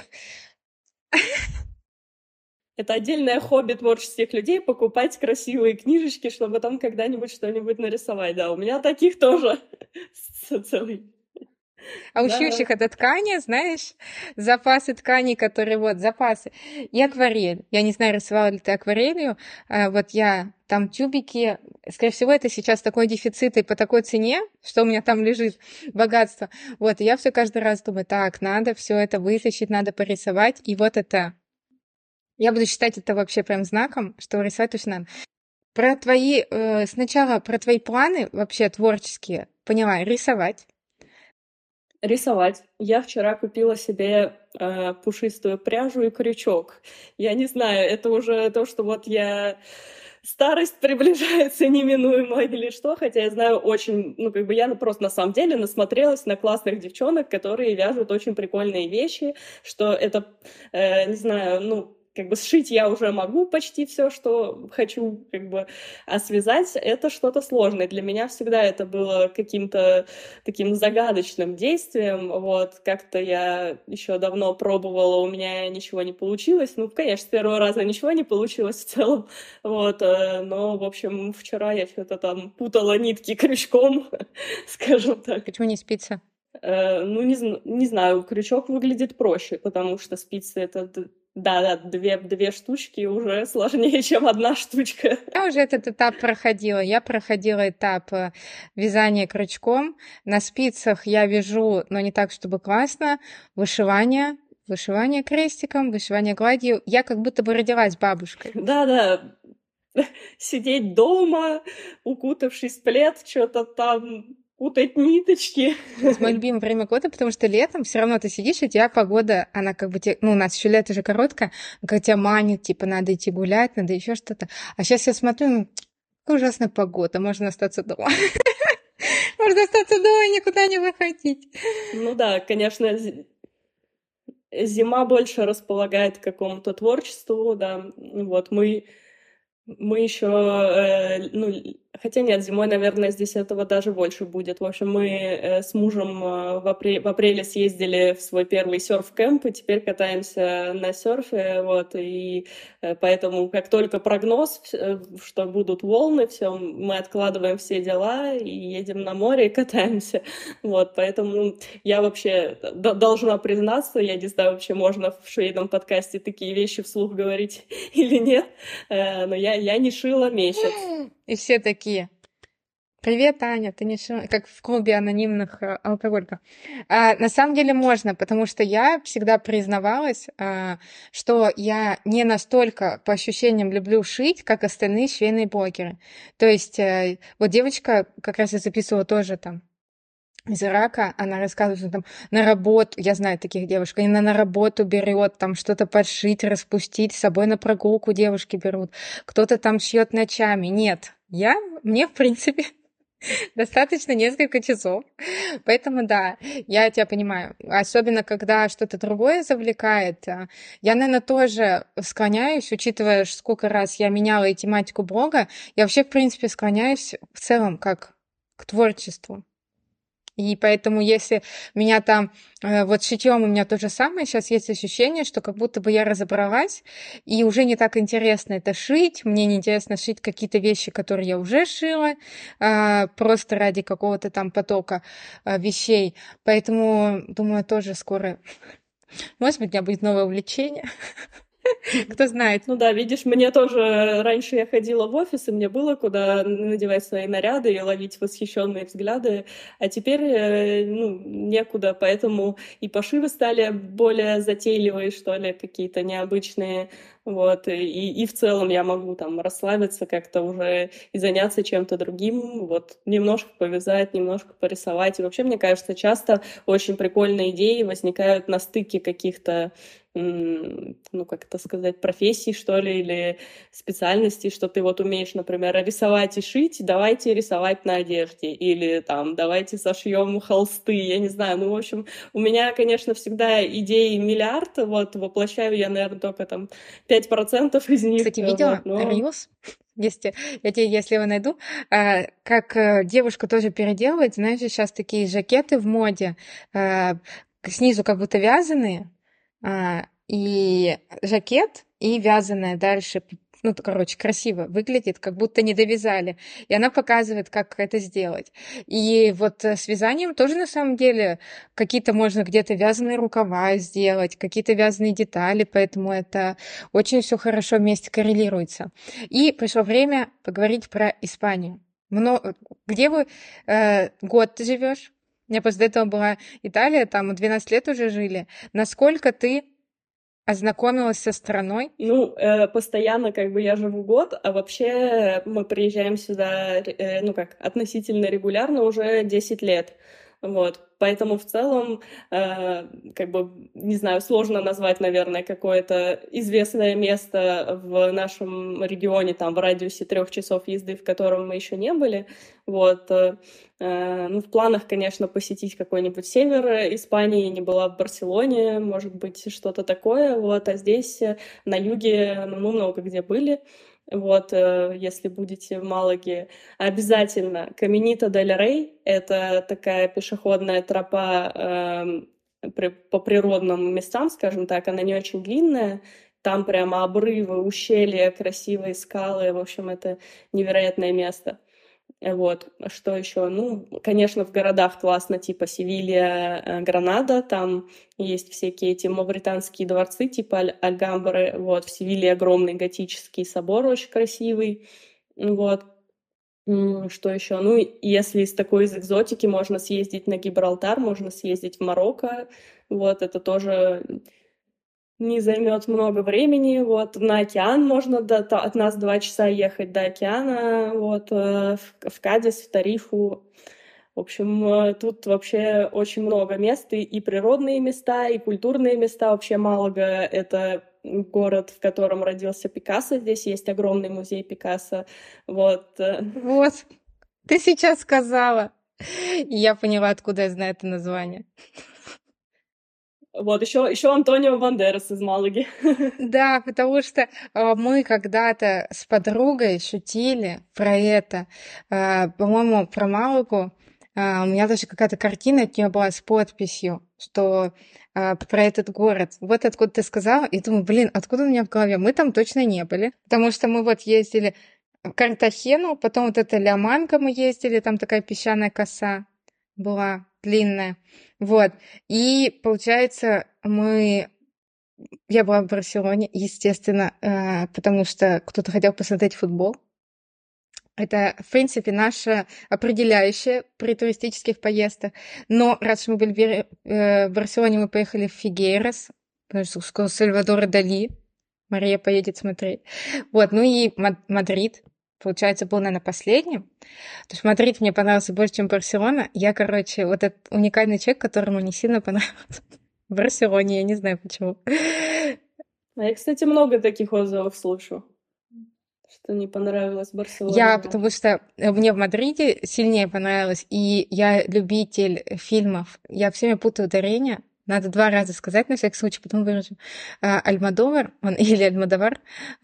Это отдельное хобби творческих людей — покупать красивые книжечки, чтобы там когда-нибудь что-нибудь нарисовать. Да, у меня таких тоже целый. А у Да. щущих это ткани, знаешь, запасы тканей, которые вот, запасы. И акварель. Я не знаю, рисовала ли ты акварелью. Вот я там тюбики. Скорее всего, это сейчас такой дефицит и по такой цене, что у меня там лежит богатство. Вот, и я все каждый раз думаю, так, надо все это вытащить, надо порисовать. И вот это... Я буду считать это вообще прям знаком, что рисовать точно надо. Про твои... сначала про твои планы вообще творческие. Поняла, рисовать. Рисовать. Я вчера купила себе пушистую пряжу и крючок. Я не знаю, это уже то, что вот я старость приближается неминуемо или что, хотя я знаю очень, ну, как бы я просто на самом деле насмотрелась на классных девчонок, которые вяжут очень прикольные вещи, что это, не знаю, ну, как бы сшить я уже могу почти все, что хочу, как бы, а связать это что-то сложное. Для меня всегда это было каким-то таким загадочным действием. Вот как-то я еще давно пробовала, у меня ничего не получилось. Ну, конечно, с первого раза ничего не получилось в целом. Вот, но, в общем, вчера я что-то там путала нитки крючком, скажем так. Почему не спица? Ну, не знаю, крючок выглядит проще, потому что спицы — это, да, две штучки уже сложнее, чем одна штучка. Я уже этот этап проходила. Я проходила этап вязания крючком. На спицах я вяжу, но не так, чтобы классно. Вышивание крестиком, вышивание гладью. Я как будто бы родилась бабушкой. Да, сидеть дома, укутавшись в плед, что-то там путать ниточки. Это мое любимое время года, потому что летом все равно ты сидишь, и у тебя погода, она как бы, ну, у нас еще лето же короткое, когда тебя манит, типа, надо идти гулять, надо еще что-то. А сейчас я смотрю, ну, какая ужасная погода, можно остаться дома. Можно остаться дома и никуда не выходить. Ну да, конечно, зима больше располагает к какому-то творчеству, да. Вот мы еще, ну, хотя нет, зимой, наверное, здесь этого даже больше будет. В общем, мы с мужем в апреле съездили в свой первый серф-кэмп, и теперь катаемся на серфе, вот, и поэтому как только прогноз, что будут волны, все, мы откладываем все дела и едем на море и катаемся, вот, поэтому я вообще должна признаться, я не знаю, вообще можно в швейном подкасте такие вещи вслух говорить или нет, но я не шила месяц. И все такие: привет, Аня, ты не шила, как в клубе анонимных алкоголиков. На самом деле можно, потому что я всегда признавалась, что я не настолько по ощущениям люблю шить, как остальные швейные блогеры. То есть вот девочка, как раз я записывала тоже там из Ирака, она рассказывает, что там на работу, я знаю таких девушек, она на работу берет, там что-то подшить, распустить, с собой на прогулку девушки берут, кто-то там шьет ночами. Нет, мне, в принципе, достаточно несколько часов. Поэтому да, я тебя понимаю. Особенно, когда что-то другое завлекает. Я, наверное, тоже склоняюсь, учитывая, сколько раз я меняла и тематику блога, я вообще, в принципе, склоняюсь в целом как к творчеству. И поэтому, если меня там, вот с шитьем у меня то же самое, сейчас есть ощущение, что как будто бы я разобралась, и уже не так интересно это шить, мне не интересно шить какие-то вещи, которые я уже шила, просто ради какого-то там потока вещей. Поэтому, думаю, тоже скоро, может быть, у меня будет новое увлечение. Кто знает. Ну да, видишь, мне тоже раньше я ходила в офис, и мне было куда надевать свои наряды и ловить восхищенные взгляды, а теперь, ну, некуда, поэтому и пошивы стали более затейливые, что ли, какие-то необычные, вот, и в целом я могу там расслабиться как-то уже и заняться чем-то другим, вот, немножко повязать, немножко порисовать, и вообще, мне кажется, часто очень прикольные идеи возникают на стыке каких-то, ну, как это сказать, профессий, что ли, или специальностей, что ты вот умеешь, например, рисовать и шить, давайте рисовать на одежде, или там, давайте сошьем холсты, я не знаю, ну, в общем, у меня, конечно, всегда идей миллиард, вот, воплощаю я, наверное, только там 5% из них. Кстати, видела Reels? Если его найду, как девушка тоже переделывает, знаешь, сейчас такие жакеты в моде, снизу как будто вязаные, и жакет, и вязаная дальше, ну, короче, красиво выглядит, как будто не довязали. И она показывает, как это сделать. И вот с вязанием тоже, на самом деле, какие-то можно где-то вязаные рукава сделать, какие-то вязаные детали, поэтому это очень все хорошо вместе коррелируется. И пришло время поговорить про Испанию. Где вы год ты живешь? У меня после этого была Италия, там 12 лет уже жили. Насколько ты ознакомилась со страной? Ну, постоянно как бы я живу год, а вообще мы приезжаем сюда, ну как, относительно регулярно уже 10 лет. Вот, поэтому в целом, как бы, не знаю, сложно назвать, наверное, какое-то известное место в нашем регионе, там, в радиусе 3 часов езды, в котором мы еще не были. Вот, ну, в планах, конечно, посетить какой-нибудь север Испании, не была в Барселоне, может быть, что-то такое, вот, а здесь, на юге, ну, мы много где были. Вот, если будете в Малаге, обязательно Каменита дель Рей — это такая пешеходная тропа по природным местам, скажем так, она не очень длинная, там прямо обрывы, ущелья, красивые скалы, в общем, это невероятное место. Вот, что еще? Ну, конечно, в городах классно, типа Севилья, Гранада, там есть всякие эти мавританские дворцы, типа Альгамбры, вот, в Севилье огромный готический собор очень красивый, вот. Что еще? Ну, если из такой из экзотики, можно съездить на Гибралтар, можно съездить в Марокко, вот, это тоже не займет много времени, вот, на океан можно, от нас 2 часа ехать до океана, вот, в Кадис, в Тарифу. В общем, тут вообще очень много мест, и природные места, и культурные места. Вообще Малага — это город, в котором родился Пикассо. Здесь есть огромный музей Пикассо. Вот. Вот, ты сейчас сказала. И я поняла, откуда я знаю это название. Вот, еще Антонио Бандерас из Малаги. Да, потому что мы когда-то с подругой шутили про это, по-моему, про Малагу. У меня даже какая-то картина от нее была с подписью, что про этот город. Вот откуда ты сказала, и думаю, блин, откуда у меня в голове? Мы там точно не были, потому что мы вот ездили в Картахену, потом вот это Ля-Манго мы ездили, там такая песчаная коса была длинная. Вот. И получается, я была в Барселоне, естественно, потому что кто-то хотел посмотреть футбол. Это, в принципе, наше определяющее при туристических поездках. Но раз мы были в Барселоне, мы поехали в Фигейрос, потому что скоро Сальвадора Дали. Мария поедет смотреть. Вот, ну и Мадрид, получается, был, наверное, последним. Потому что Мадрид мне понравился больше, чем Барселона. Я, короче, вот этот уникальный человек, которому не сильно понравился в Барселоне, я не знаю почему. А я, кстати, много таких отзывов слышу, что не понравилось Барселоне. Потому что мне в Мадриде сильнее понравилось, и я любитель фильмов. Я все время путаю ударения. Надо 2 раза сказать, на всякий случай, потом выражу. Альмодовар, он или Альмодовар,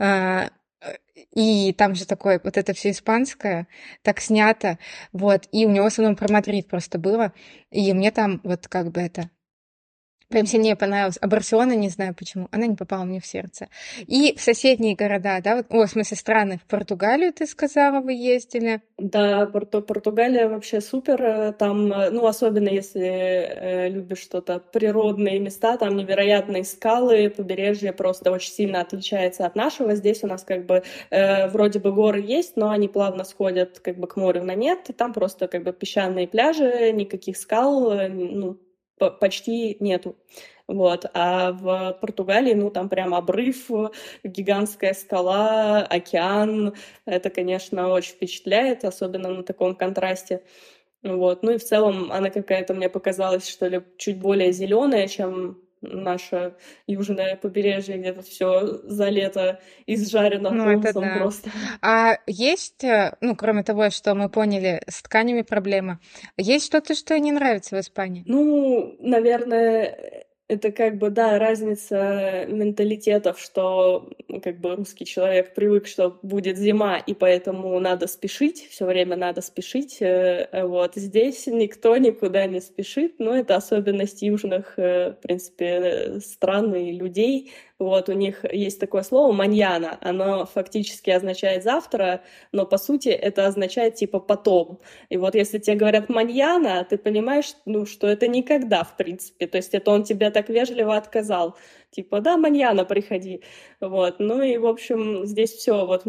и там же такое, вот это все испанское, так снято, вот, и у него в основном про Мадрид просто было, и мне там вот как бы это прям сильнее понравилось. А Барселона, не знаю почему, она не попала мне в сердце. И в соседние города, да, вот, в смысле страны, в Португалию, ты сказала, вы ездили? Да, Португалия вообще супер. Там, ну, особенно если любишь что-то, природные места, там невероятные скалы, побережье просто очень сильно отличается от нашего. Здесь у нас как бы вроде бы горы есть, но они плавно сходят как бы к морю на нет. И там просто как бы песчаные пляжи, никаких скал, ну, почти нету. Вот. А в Португалии, ну, там прям обрыв, гигантская скала, океан. Это, конечно, очень впечатляет, особенно на таком контрасте. Вот. Ну и в целом она какая-то мне показалась, что ли, чуть более зеленая, чем наше южное побережье, где тут все за лето изжарено Ну, это солнцем да. просто. А есть, ну, кроме того, что мы поняли, с тканями проблема, есть что-то, что не нравится в Испании? Ну, наверное, это как бы, да, разница менталитетов, что как бы русский человек привык, что будет зима, и поэтому надо спешить, все время надо спешить. Вот здесь никто никуда не спешит, но это особенность южных, в принципе, стран и людей. Вот у них есть такое слово «маньяна», оно фактически означает «завтра», но по сути это означает типа «потом». И вот если тебе говорят «маньяна», ты понимаешь, ну, что это никогда, в принципе. То есть это он тебе так вежливо отказал. Типа, да, маньяна, приходи. Вот. Ну и, в общем, здесь все вот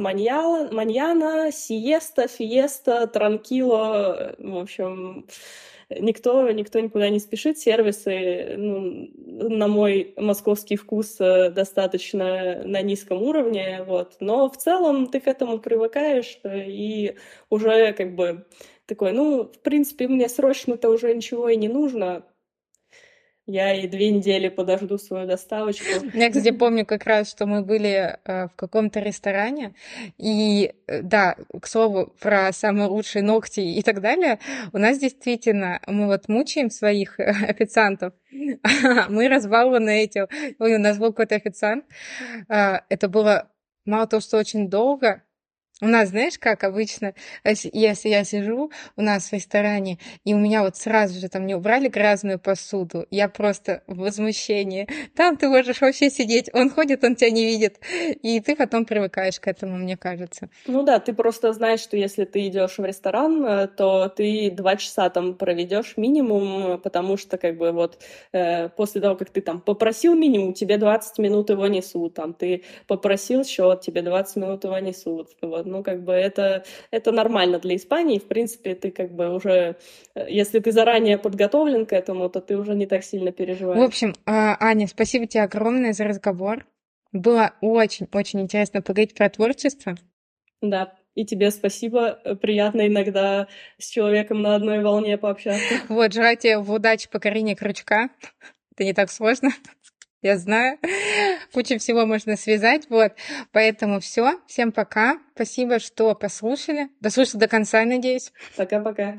маньяна, сиеста, фиеста, транкило. В общем, никто никуда не спешит. Сервисы, ну, на мой московский вкус, достаточно на низком уровне. Вот. Но в целом ты к этому привыкаешь и уже как бы такой, ну, в принципе, мне срочно-то уже ничего и не нужно. Я и 2 недели подожду свою доставочку. Я, кстати, помню как раз, что мы были в каком-то ресторане, и да, к слову, про самые лучшие ногти и так далее, у нас действительно, мы вот мучаем своих официантов, мы разбалованы этим. Ой, у нас был какой-то официант, это было мало того, что очень долго. У нас, знаешь, как обычно, если я сижу у нас в ресторане, и у меня вот сразу же там не убрали грязную посуду, я просто в возмущении. Там ты можешь вообще сидеть, он ходит, он тебя не видит, и ты потом привыкаешь к этому, мне кажется. Ну да, ты просто знаешь, что если ты идешь в ресторан, то ты 2 часа там проведешь минимум, потому что как бы вот после того, как ты там попросил минимум, тебе 20 минут его несут, там ты попросил счет, тебе 20 минут его несут, вот. Ну, как бы это нормально для Испании. В принципе, ты как бы уже, если ты заранее подготовлен к этому, то ты уже не так сильно переживаешь. В общем, Аня, спасибо тебе огромное за разговор. Было очень-очень интересно поговорить про творчество. Да, и тебе спасибо. Приятно иногда с человеком на одной волне пообщаться. Вот, желаю тебе в удачи покорения крючка. Это не так сложно. Я знаю, кучу всего можно связать, вот. Поэтому все, всем пока. Спасибо, что послушали. Дослушали до конца, надеюсь. Пока-пока.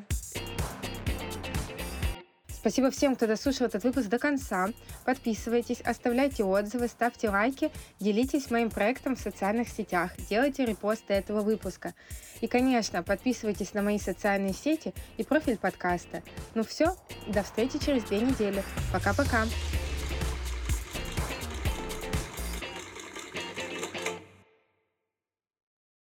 Спасибо всем, кто дослушал этот выпуск до конца. Подписывайтесь, оставляйте отзывы, ставьте лайки, делитесь моим проектом в социальных сетях, делайте репосты этого выпуска. И, конечно, подписывайтесь на мои социальные сети и профиль подкаста. Ну все, до встречи через 2 недели. Пока-пока.